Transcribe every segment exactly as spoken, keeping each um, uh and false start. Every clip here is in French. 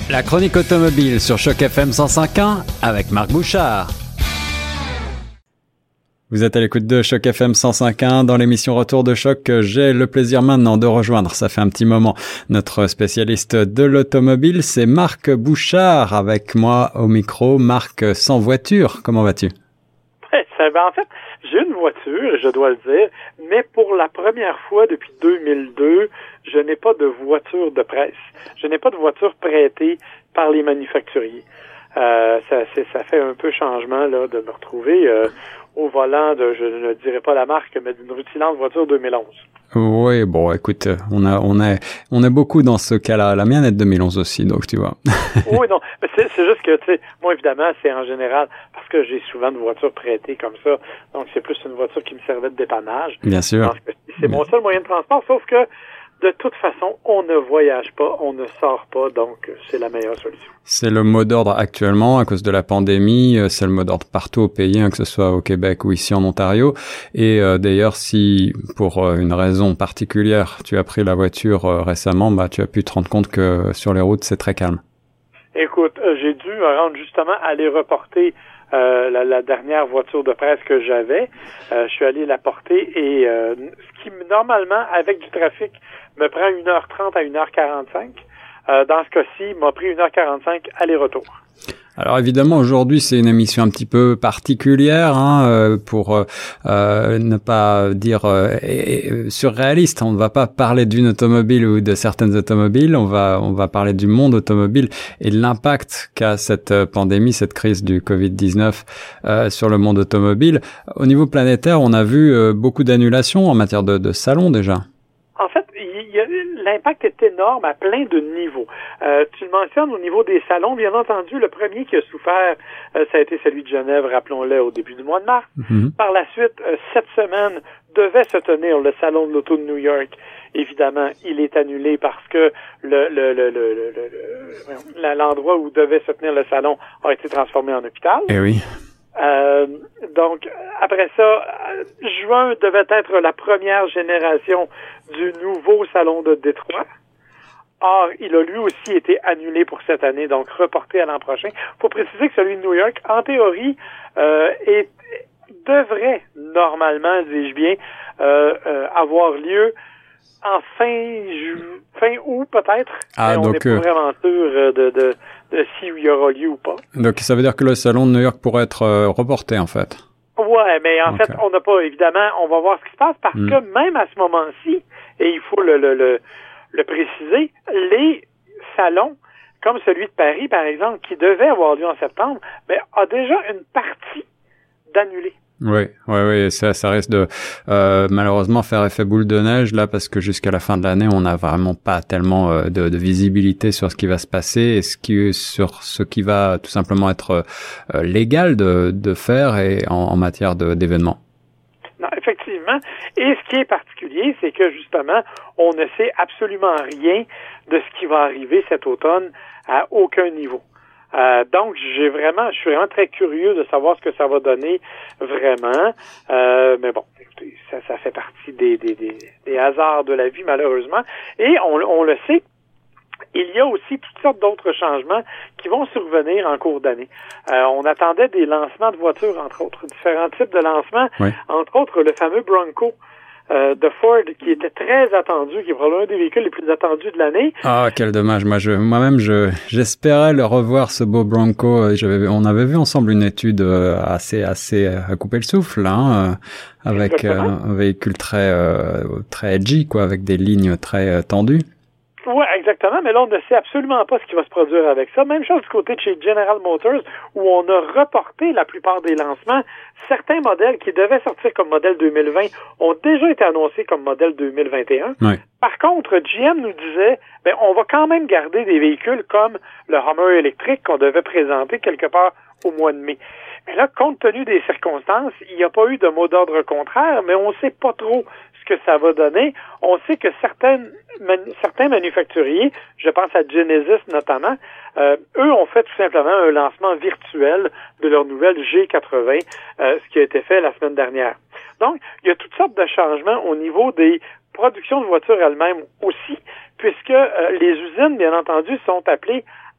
La chronique automobile sur Choc F M cent cinq point un avec Marc Bouchard. Vous êtes à l'écoute de Choc F M cent cinq point un dans l'émission Retour de Choc. J'ai le plaisir maintenant de rejoindre, ça fait un petit moment, notre spécialiste de l'automobile, c'est Marc Bouchard avec moi au micro. Marc, sans voiture, comment vas-tu? Ça, ben en fait, j'ai une voiture, je dois le dire, mais pour la première fois depuis deux mille deux, je n'ai pas de voiture de presse. Je n'ai pas de voiture prêtée par les manufacturiers. Euh, ça, c'est, ça fait un peu changement là de me retrouver euh, au volant de, je ne dirais pas la marque, mais d'une rutilante voiture deux mille onze. Oui, bon, écoute, on a, on a, on a beaucoup dans ce cas-là. La mienne est de deux mille onze aussi, donc tu vois. Oui, non, mais c'est, c'est juste que, tu sais, moi, évidemment, c'est en général parce que j'ai souvent de voitures prêtées comme ça. Donc, c'est plus une voiture qui me servait de dépannage. Bien sûr. C'est mon seul moyen de transport, sauf que, de toute façon, on ne voyage pas, on ne sort pas, donc c'est la meilleure solution. C'est le mot d'ordre actuellement à cause de la pandémie, c'est le mot d'ordre partout au pays, hein, que ce soit au Québec ou ici en Ontario. Et euh, d'ailleurs, si pour euh, une raison particulière, tu as pris la voiture euh, récemment, bah tu as pu te rendre compte que sur les routes, c'est très calme. Écoute, euh, j'ai dû me rendre justement à aller reporter Euh, la, la dernière voiture de presse que j'avais. Euh, je suis allé la porter et euh, ce qui, normalement, avec du trafic, me prend une heure trente à une heure quarante-cinq. Euh, dans ce cas-ci, m'a pris une heure quarante-cinq aller-retour. Alors évidemment, aujourd'hui, c'est une émission un petit peu particulière, hein, euh, pour euh, euh, ne pas dire euh, surréaliste. On ne va pas parler d'une automobile ou de certaines automobiles. On va on va parler du monde automobile et de l'impact qu'a cette pandémie, cette crise du covid dix-neuf euh, sur le monde automobile. Au niveau planétaire, on a vu euh, beaucoup d'annulations en matière de, de salons déjà. En fait, il y a, l'impact est énorme à plein de niveaux. Euh, tu le mentionnes au niveau des salons, bien entendu, le premier qui a souffert, euh, ça a été celui de Genève, rappelons-le, au début du mois de mars. Mm-hmm. Par la suite, euh, cette semaine, devait se tenir le salon de l'auto de New York. Évidemment, il est annulé parce que le, le, le, le, le, le, le l'endroit où devait se tenir le salon a été transformé en hôpital. Eh oui. Euh, donc, après ça, juin devait être la première génération du nouveau salon de Détroit. Or, il a lui aussi été annulé pour cette année, donc reporté à l'an prochain. Il faut préciser que celui de New York, en théorie, euh, est, devrait normalement, dis-je bien, euh, euh, avoir lieu en fin ju- fin août peut-être. Ah, mais on donc, n'est pas vraiment sûr de, de, de s'il y aura lieu ou pas. Donc ça veut dire que le salon de New York pourrait être euh, reporté en fait. Ouais, mais en okay. fait, on n'a pas, évidemment, on va voir ce qui se passe parce mm. que même à ce moment-ci, et il faut le, le, le, le préciser, les salons, comme celui de Paris, par exemple, qui devait avoir lieu en septembre, mais a déjà une partie d'annulés. Oui, oui, oui, ça, ça risque de euh, malheureusement faire effet boule de neige là, parce que jusqu'à la fin de l'année, on n'a vraiment pas tellement euh, de, de visibilité sur ce qui va se passer et ce qui, sur ce qui va tout simplement être euh, légal de, de faire et en, en matière de, d'événements. Non, effectivement. Et ce qui est particulier, c'est que justement, on ne sait absolument rien de ce qui va arriver cet automne à aucun niveau. Euh, donc, j'ai vraiment, je suis vraiment très curieux de savoir ce que ça va donner vraiment. Euh, mais bon, écoutez, ça, ça fait partie des, des, des, des hasards de la vie, malheureusement. Et on, on le sait, il y a aussi toutes sortes d'autres changements qui vont survenir en cours d'année. Euh, on attendait des lancements de voitures, entre autres, différents types de lancements, oui. Entre autres le fameux Bronco. Euh, de Ford, qui était très attendu, qui est probablement un des véhicules les plus attendus de l'année. Ah, quel dommage. Moi, je, moi-même, je, j'espérais le revoir, ce beau Bronco. J'avais, on avait vu ensemble une étude assez, assez à couper le souffle, hein, avec euh, un véhicule très, euh, très edgy, quoi, avec des lignes très euh, tendues. Oui, exactement, mais là, on ne sait absolument pas ce qui va se produire avec ça. Même chose du côté de chez General Motors, où on a reporté la plupart des lancements. Certains modèles qui devaient sortir comme modèle deux mille vingt ont déjà été annoncés comme modèle deux mille vingt et un. Oui. Par contre, G M nous disait, ben, on va quand même garder des véhicules comme le Hummer électrique qu'on devait présenter quelque part au mois de mai. Mais là, compte tenu des circonstances, il n'y a pas eu de mot d'ordre contraire, mais on ne sait pas trop ce que ça va donner. On sait que certaines, man, certains manufacturiers, je pense à Genesis notamment, euh, eux ont fait tout simplement un lancement virtuel de leur nouvelle G quatre-vingts, euh, ce qui a été fait la semaine dernière. Donc, il y a toutes sortes de changements au niveau des productions de voitures elles-mêmes aussi, puisque euh, les usines, bien entendu, sont appelées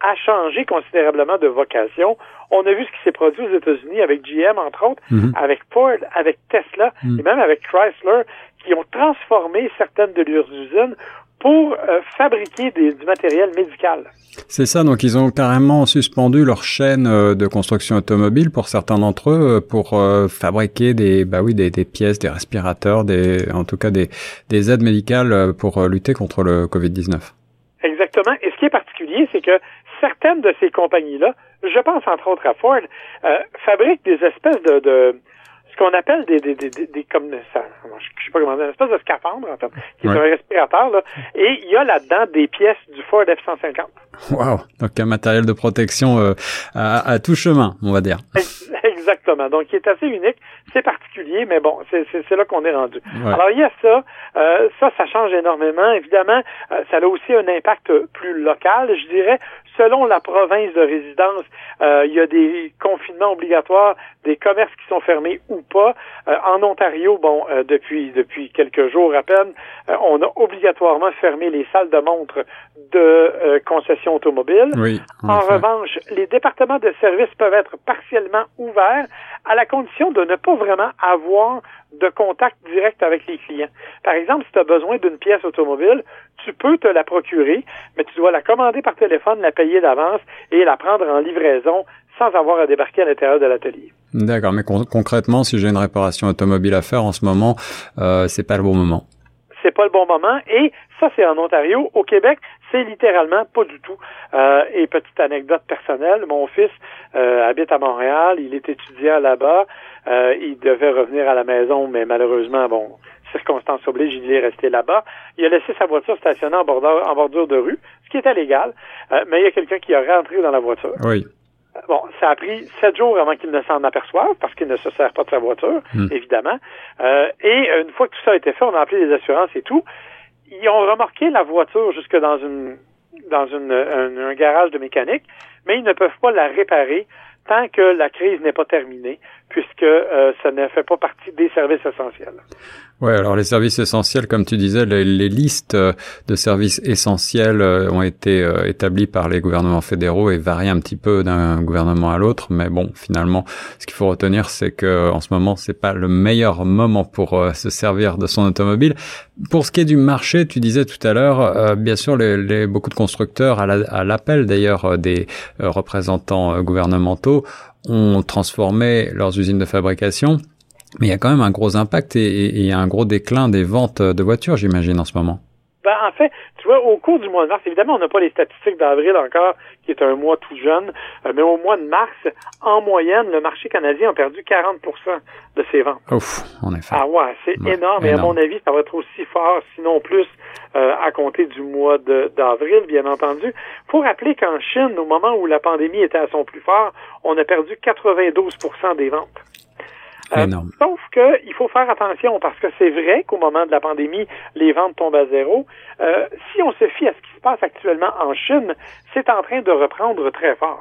a changé considérablement de vocation. On a vu ce qui s'est produit aux États-Unis avec G M, entre autres, mm-hmm. avec Ford, avec Tesla, mm. et même avec Chrysler, qui ont transformé certaines de leurs usines pour euh, fabriquer des, du matériel médical. C'est ça, donc ils ont carrément suspendu leur chaîne euh, de construction automobile pour certains d'entre eux, pour euh, fabriquer des, bah oui, des, des pièces, des respirateurs, des, en tout cas des, des aides médicales pour euh, lutter contre le covid dix-neuf. Exactement. Et ce qui est particulier, c'est que certaines de ces compagnies-là, je pense entre autres à Ford, euh, fabriquent des espèces de, de ce qu'on appelle des, des, des, des, des comme ça, je sais pas comment dire, une espèce de scaphandre, en fait, qui ouais. est un respirateur, là, et il y a là-dedans des pièces du Ford F cent cinquante. Wow! Donc un matériel de protection euh, à, à tout chemin, on va dire. Exactement. Donc, il est assez unique. C'est particulier, mais bon, c'est, c'est, c'est là qu'on est rendu. Ouais. Alors, il y a ça. Euh, ça, ça change énormément. Évidemment, euh, ça a aussi un impact plus local, je dirais. Selon la province de résidence, euh, il y a des confinements obligatoires, des commerces qui sont fermés ou pas. Euh, en Ontario, bon, euh, depuis depuis quelques jours à peine, euh, on a obligatoirement fermé les salles de montre de euh, concessions automobiles. Oui, en en revanche, les départements de services peuvent être partiellement ouverts à la condition de ne pas vraiment avoir de contact direct avec les clients. Par exemple, si tu as besoin d'une pièce automobile, tu peux te la procurer, mais tu dois la commander par téléphone, la payer d'avance et la prendre en livraison sans avoir à débarquer à l'intérieur de l'atelier. D'accord, mais con- concrètement, si j'ai une réparation automobile à faire en ce moment, euh, c'est pas le bon moment. C'est pas le bon moment, et ça, c'est en Ontario. Au Québec, c'est littéralement pas du tout. Euh, et petite anecdote personnelle, mon fils euh, habite à Montréal, il est étudiant là-bas, euh, il devait revenir à la maison, mais malheureusement, bon, circonstances obligent, il est resté là-bas. Il a laissé sa voiture stationnée en bordure, en bordure de rue, ce qui était légal, euh, mais il y a quelqu'un qui a rentré dans la voiture. Oui. Bon, ça a pris sept jours avant qu'il ne s'en aperçoive, parce qu'il ne se sert pas de sa voiture, mmh. évidemment. Euh, et une fois que tout ça a été fait, on a appelé les assurances et tout. Ils ont remorqué la voiture jusque dans une dans une, un, un garage de mécanique, mais ils ne peuvent pas la réparer tant que la crise n'est pas terminée, puisque euh, ça ne fait pas partie des services essentiels. Ouais, alors les services essentiels, comme tu disais, les, les listes de services essentiels ont été euh, établies par les gouvernements fédéraux et varient un petit peu d'un gouvernement à l'autre. Mais bon, finalement, ce qu'il faut retenir, c'est que en ce moment, c'est pas le meilleur moment pour euh, se servir de son automobile. Pour ce qui est du marché, tu disais tout à l'heure, euh, bien sûr, les, les, beaucoup de constructeurs, à, la, à l'appel d'ailleurs des euh, représentants euh, gouvernementaux, ont transformé leurs usines de fabrication. Mais il y a quand même un gros impact et, et, et un gros déclin des ventes de voitures, j'imagine, en ce moment. Ben, en fait, tu vois, au cours du mois de mars, évidemment, on n'a pas les statistiques d'avril encore, qui est un mois tout jeune, euh, mais au mois de mars, en moyenne, le marché canadien a perdu quarante pour cent de ses ventes. Ouf, en effet. Ah ouais, c'est ouais, énorme, énorme, et à mon avis, ça va être aussi fort, sinon plus, euh, à compter du mois de, d'avril, bien entendu. Faut rappeler qu'en Chine, au moment où la pandémie était à son plus fort, on a perdu quatre-vingt-douze pour cent des ventes. Euh, sauf que il faut faire attention parce que c'est vrai qu'au moment de la pandémie, les ventes tombent à zéro. Euh, si on se fie à ce qui se passe actuellement en Chine, c'est en train de reprendre très fort.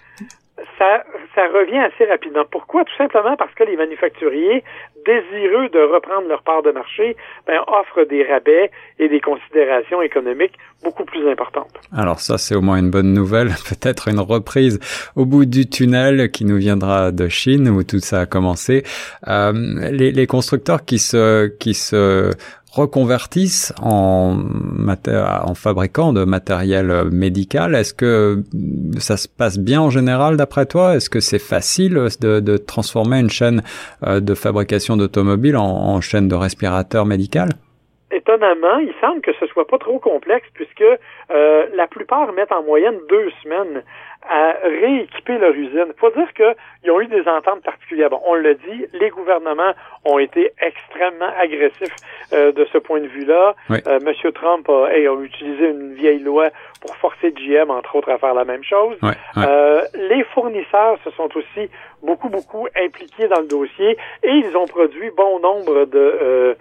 Ça, ça revient assez rapidement. Pourquoi? Tout simplement parce que les manufacturiers, désireux de reprendre leur part de marché, ben, offrent des rabais et des considérations économiques beaucoup plus importantes. Alors ça, c'est au moins une bonne nouvelle. Peut-être une reprise au bout du tunnel qui nous viendra de Chine, où tout ça a commencé. Euh, les, les constructeurs qui se, qui se reconvertissent en, maté- en fabricant de matériel médical. Est-ce que ça se passe bien en général d'après toi? Est-ce que c'est facile de, de transformer une chaîne de fabrication d'automobiles en, en chaîne de respirateurs médicales? Étonnamment, il semble que ce soit pas trop complexe puisque euh, la plupart mettent en moyenne deux semaines à rééquiper leur usine. Il faut dire qu'ils ont eu des ententes particulières. Bon, on l'a dit, les gouvernements ont été extrêmement agressifs euh, de ce point de vue-là. Oui. Euh, Monsieur Trump a, hey, a utilisé une vieille loi pour forcer G M, entre autres, à faire la même chose. Oui, oui. Euh, les fournisseurs se sont aussi beaucoup, beaucoup impliqués dans le dossier et ils ont produit bon nombre de... Euh,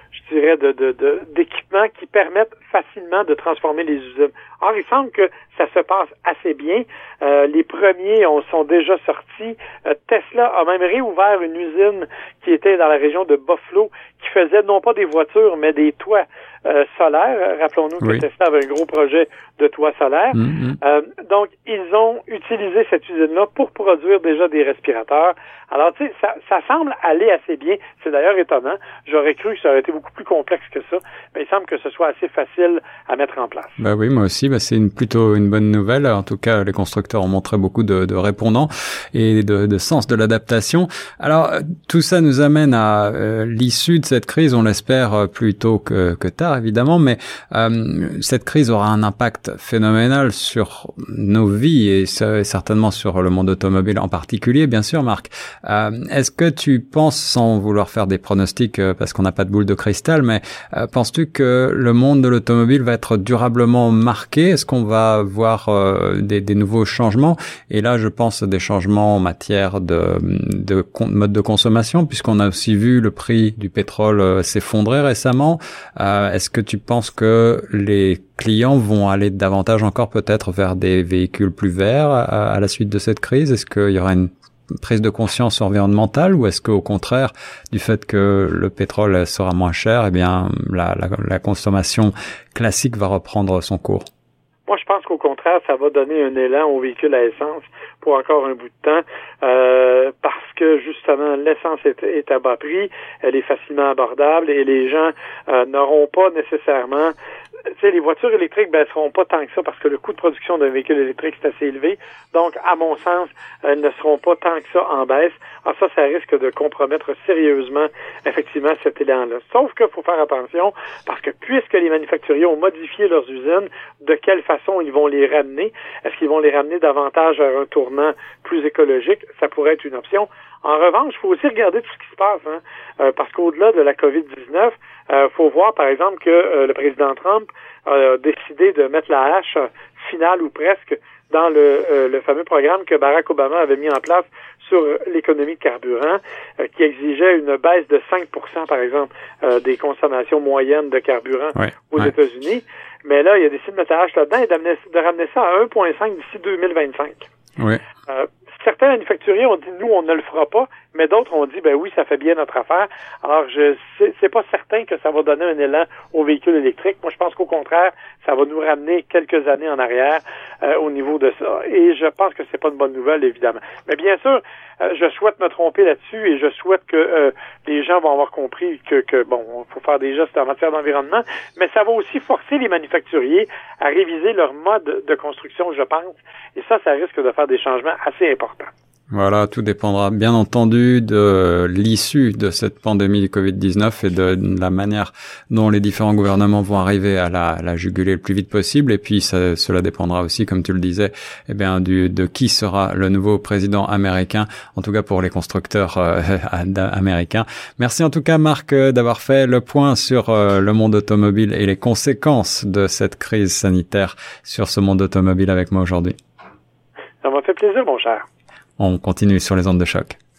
je dirais, de, de, de, d'équipements qui permettent facilement de transformer les usines. Or, il semble que ça se passe assez bien. Euh, les premiers on, sont déjà sortis. Euh, Tesla a même réouvert une usine qui était dans la région de Buffalo, qui faisait non pas des voitures, mais des toits euh, solaires. Rappelons-nous oui. que Tesla avait un gros projet de toit solaire. Mm-hmm. Euh, donc, ils ont utilisé cette usine-là pour produire déjà des respirateurs. Alors, tu sais, ça, ça semble aller assez bien. C'est d'ailleurs étonnant. J'aurais cru que ça aurait été beaucoup plus complexe que ça, mais il semble que ce soit assez facile à mettre en place. Ben oui, moi aussi, ben c'est une, plutôt une bonne nouvelle. En tout cas, les constructeurs ont montré beaucoup de, de répondants et de, de sens de l'adaptation. Alors, tout ça nous amène à euh, l'issue de cette crise, on l'espère plus tôt que, que tard, évidemment, mais euh, cette crise aura un impact phénoménal sur nos vies et certainement sur le monde automobile en particulier, bien sûr, Marc. Euh, est-ce que tu penses, sans vouloir faire des pronostics euh, parce qu'on n'a pas de boule de cristal, mais euh, penses-tu que le monde de l'automobile va être durablement marqué? Est-ce qu'on va voir euh, des, des nouveaux changements? Et là, je pense des changements en matière de, de con- mode de consommation, puisqu'on a aussi vu le prix du pétrole euh, s'effondrer récemment. Euh, est-ce que tu penses que les clients vont aller davantage encore peut-être vers des véhicules plus verts à, à la suite de cette crise? Est-ce qu'il y aura une prise de conscience environnementale ou est-ce qu'au contraire, du fait que le pétrole sera moins cher, eh bien la, la, la consommation classique va reprendre son cours? Moi, je pense qu'au contraire, ça va donner un élan aux véhicules à essence pour encore un bout de temps, euh, parce que justement, l'essence est, est à bas prix, elle est facilement abordable et les gens euh, n'auront pas nécessairement... Tu sais, les voitures électriques baisseront pas tant que ça parce que le coût de production d'un véhicule électrique est assez élevé. Donc, à mon sens, elles ne seront pas tant que ça en baisse. Alors ça, ça risque de compromettre sérieusement, effectivement, cet élan-là. Sauf qu'il faut faire attention parce que puisque les manufacturiers ont modifié leurs usines, de quelle façon ils vont les ramener? Est-ce qu'ils vont les ramener davantage vers un tournant plus écologique? Ça pourrait être une option. En revanche, il faut aussi regarder tout ce qui se passe, hein, euh, parce qu'au-delà de la covid dix-neuf, il euh, faut voir, par exemple, que euh, le président Trump a décidé de mettre la hache finale ou presque dans le, euh, le fameux programme que Barack Obama avait mis en place sur l'économie de carburant, euh, qui exigeait une baisse de cinq pour cent, par exemple, euh, des consommations moyennes de carburant ouais, aux ouais. États-Unis. Mais là, il a décidé de mettre la hache là-dedans et d'amener, de ramener ça à un virgule cinq d'ici deux mille vingt-cinq. Oui. Euh, certains manufacturiers ont dit, nous, on ne le fera pas, mais d'autres ont dit, ben oui, ça fait bien notre affaire. Alors, je c'est, c'est pas certain que ça va donner un élan aux véhicules électriques. Moi, je pense qu'au contraire, ça va nous ramener quelques années en arrière euh, au niveau de ça. Et je pense que c'est pas une bonne nouvelle, évidemment. Mais bien sûr, euh, je souhaite me tromper là-dessus et je souhaite que euh, les gens vont avoir compris que, que bon, il faut faire des gestes en matière d'environnement, mais ça va aussi forcer les manufacturiers à réviser leur mode de construction, je pense. Et ça, ça risque de faire des changements assez importants. Voilà, tout dépendra bien entendu de l'issue de cette pandémie du covid dix-neuf et de la manière dont les différents gouvernements vont arriver à la, à la juguler le plus vite possible. Et puis ça, cela dépendra aussi, comme tu le disais, eh bien du, de qui sera le nouveau président américain, en tout cas pour les constructeurs euh, américains. Merci en tout cas, Marc, d'avoir fait le point sur euh, le monde automobile et les conséquences de cette crise sanitaire sur ce monde automobile avec moi aujourd'hui. Ça m'a fait plaisir, mon cher. On continue sur les ondes de choc.